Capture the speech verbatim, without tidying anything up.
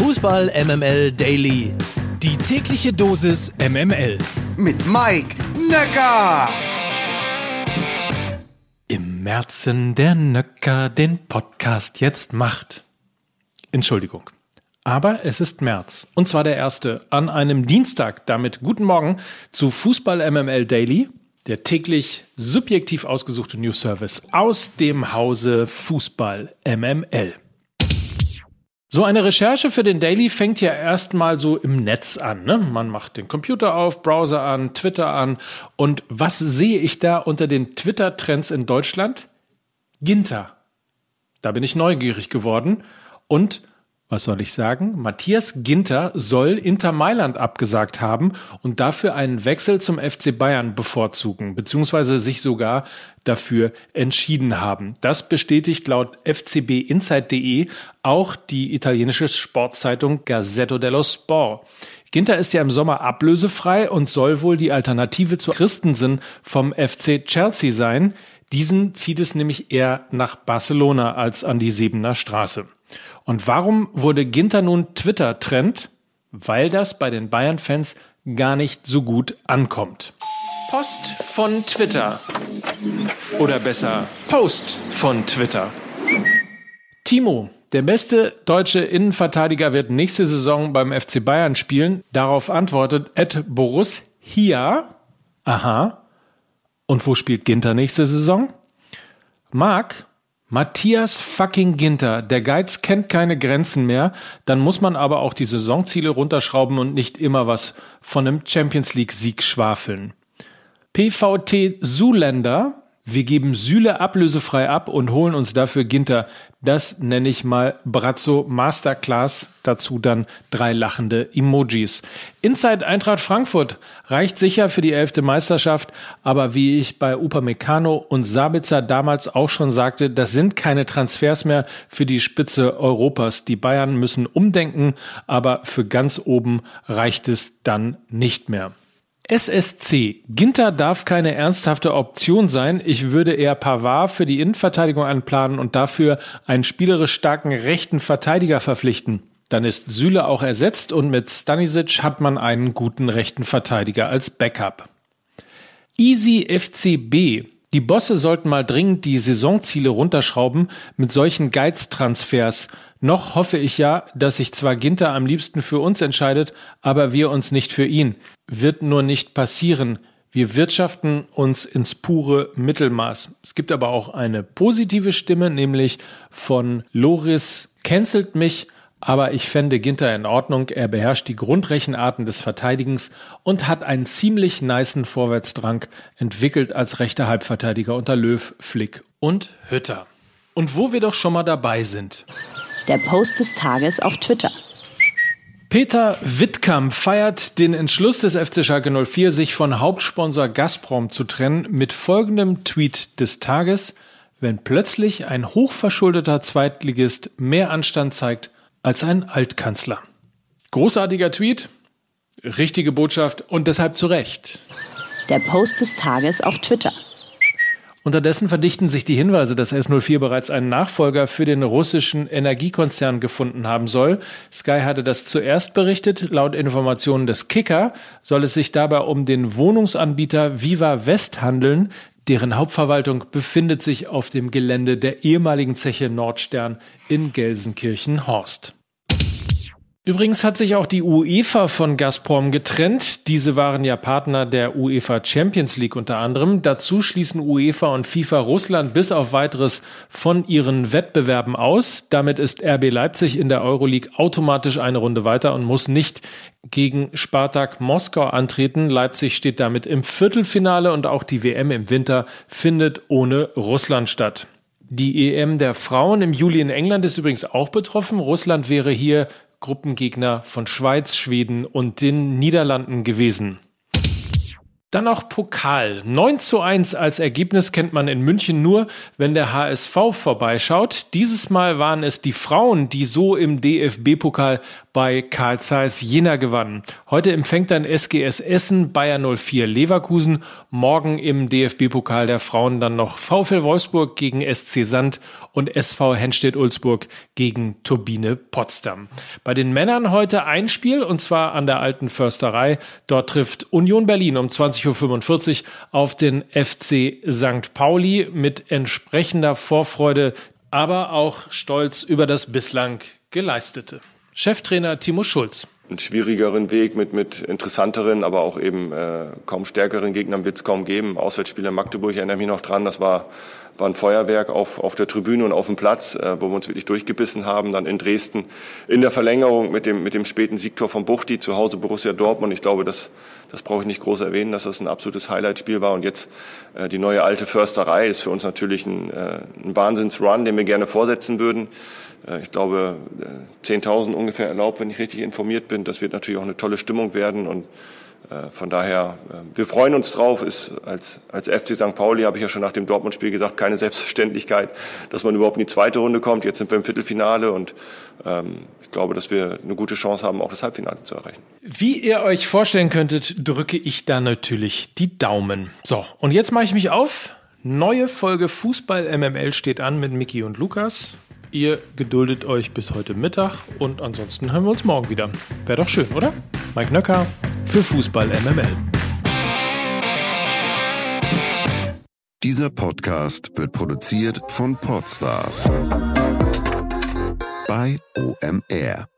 Fußball M M L Daily. Die tägliche Dosis M M L. Mit Mike Nöcker. Im Märzen der Nöcker den Podcast jetzt macht. Entschuldigung. Aber es ist März. Und zwar der erste an einem Dienstag. Damit guten Morgen zu Fußball M M L Daily. Der täglich subjektiv ausgesuchte News-Service aus dem Hause Fußball M M L. So eine Recherche für den Daily fängt ja erstmal so im Netz an, ne? Man macht den Computer auf, Browser an, Twitter an. Und was sehe ich da unter den Twitter-Trends in Deutschland? Ginter. Da bin ich neugierig geworden. Und was soll ich sagen? Matthias Ginter soll Inter Mailand abgesagt haben und dafür einen Wechsel zum F C Bayern bevorzugen, beziehungsweise sich sogar dafür entschieden haben. Das bestätigt laut f c b insight punkt d e auch die italienische Sportzeitung Gazzetta dello Sport. Ginter ist ja im Sommer ablösefrei und soll wohl die Alternative zu Christensen vom F C Chelsea sein. Diesen zieht es nämlich eher nach Barcelona als an die Sebener Straße. Und warum wurde Ginter nun Twitter-Trend? Weil das bei den Bayern-Fans gar nicht so gut ankommt. Post von Twitter. Oder besser, Post von Twitter. Timo, der beste deutsche Innenverteidiger wird nächste Saison beim F C Bayern spielen. Darauf antwortet Ed Borussia. Aha. Und wo spielt Ginter nächste Saison? Marc, Matthias fucking Ginter, der Geiz kennt keine Grenzen mehr, dann muss man aber auch die Saisonziele runterschrauben und nicht immer was von einem Champions-League-Sieg schwafeln. P V T Zuländer, wir geben Süle ablösefrei ab und holen uns dafür Ginter. Das nenne ich mal Brazzo Masterclass, dazu dann drei lachende Emojis. Inside Eintracht Frankfurt reicht sicher für die elfte Meisterschaft, aber wie ich bei Upamecano und Sabitzer damals auch schon sagte, das sind keine Transfers mehr für die Spitze Europas. Die Bayern müssen umdenken, aber für ganz oben reicht es dann nicht mehr. S S C. Ginter darf keine ernsthafte Option sein. Ich würde eher Pavard für die Innenverteidigung anplanen und dafür einen spielerisch starken rechten Verteidiger verpflichten. Dann ist Süle auch ersetzt und mit Stanisic hat man einen guten rechten Verteidiger als Backup. Easy F C B. Die Bosse sollten mal dringend die Saisonziele runterschrauben mit solchen Geiztransfers. Noch hoffe ich ja, dass sich zwar Ginter am liebsten für uns entscheidet, aber wir uns nicht für ihn. Wird nur nicht passieren. Wir wirtschaften uns ins pure Mittelmaß. Es gibt aber auch eine positive Stimme, nämlich von Loris cancelt mich, aber ich fände Ginter in Ordnung. Er beherrscht die Grundrechenarten des Verteidigens und hat einen ziemlich nicen Vorwärtsdrang entwickelt als rechter Halbverteidiger unter Löw, Flick und Hütter. Und wo wir doch schon mal dabei sind. Der Post des Tages auf Twitter. Peter Wittkamp feiert den Entschluss des F C Schalke null vier, sich von Hauptsponsor Gazprom zu trennen, mit folgendem Tweet des Tages: Wenn plötzlich ein hochverschuldeter Zweitligist mehr Anstand zeigt als ein Altkanzler. Großartiger Tweet, richtige Botschaft und deshalb zu Recht. Der Post des Tages auf Twitter. Unterdessen verdichten sich die Hinweise, dass S null vier bereits einen Nachfolger für den russischen Energiekonzern gefunden haben soll. Sky hatte das zuerst berichtet. Laut Informationen des Kicker soll es sich dabei um den Wohnungsanbieter Viva West handeln. Deren Hauptverwaltung befindet sich auf dem Gelände der ehemaligen Zeche Nordstern in Gelsenkirchen-Horst. Übrigens hat sich auch die UEFA von Gazprom getrennt. Diese waren ja Partner der UEFA Champions League unter anderem. Dazu schließen UEFA und FIFA Russland bis auf Weiteres von ihren Wettbewerben aus. Damit ist R B Leipzig in der Euroleague automatisch eine Runde weiter und muss nicht gegen Spartak Moskau antreten. Leipzig steht damit im Viertelfinale und auch die W M im Winter findet ohne Russland statt. Die E M der Frauen im Juli in England ist übrigens auch betroffen. Russland wäre hier Gruppengegner von Schweiz, Schweden und den Niederlanden gewesen. Dann noch Pokal. neun zu eins als Ergebnis kennt man in München nur, wenn der H S V vorbeischaut. Dieses Mal waren es die Frauen, die so im D F B-Pokal bei Carl Zeiss Jena gewannen. Heute empfängt dann S G S Essen Bayer null vier Leverkusen. Morgen im D F B-Pokal der Frauen dann noch VfL Wolfsburg gegen S C Sand und S V Henstedt-Ulzburg gegen Turbine Potsdam. Bei den Männern heute ein Spiel, und zwar an der Alten Försterei. Dort trifft Union Berlin um zwanzig Uhr fünfundvierzig auf den F C Sankt Pauli mit entsprechender Vorfreude, aber auch Stolz über das bislang Geleistete. Cheftrainer Timo Schulz. Einen schwierigeren Weg mit, mit interessanteren, aber auch eben äh, kaum stärkeren Gegnern wird es kaum geben. Auswärtsspiel in Magdeburg, ich erinnere mich noch dran, das war, war ein Feuerwerk auf, auf der Tribüne und auf dem Platz, äh, wo wir uns wirklich durchgebissen haben. Dann in Dresden in der Verlängerung mit dem, mit dem späten Siegtor von Buchti, zu Hause Borussia Dortmund. Ich glaube, das, das brauche ich nicht groß erwähnen, dass das ein absolutes Highlightspiel war. Und jetzt äh, die neue Alte Försterei ist für uns natürlich ein, äh, ein Wahnsinns-Run, den wir gerne vorsetzen würden. Ich glaube, zehntausend ungefähr erlaubt, wenn ich richtig informiert bin. Das wird natürlich auch eine tolle Stimmung werden und äh, von daher, äh, wir freuen uns drauf. Ist als, als F C Sankt Pauli, habe ich ja schon nach dem Dortmund-Spiel gesagt, keine Selbstverständlichkeit, dass man überhaupt in die zweite Runde kommt. Jetzt sind wir im Viertelfinale und ähm, ich glaube, dass wir eine gute Chance haben, auch das Halbfinale zu erreichen. Wie ihr euch vorstellen könntet, drücke ich da natürlich die Daumen. So, und jetzt mache ich mich auf. Neue Folge Fußball M M L steht an mit Micky und Lukas. Ihr geduldet euch bis heute Mittag und ansonsten hören wir uns morgen wieder. Wäre doch schön, oder? Mike Nöcker für Fußball M M L. Dieser Podcast wird produziert von Podstars bei O M R.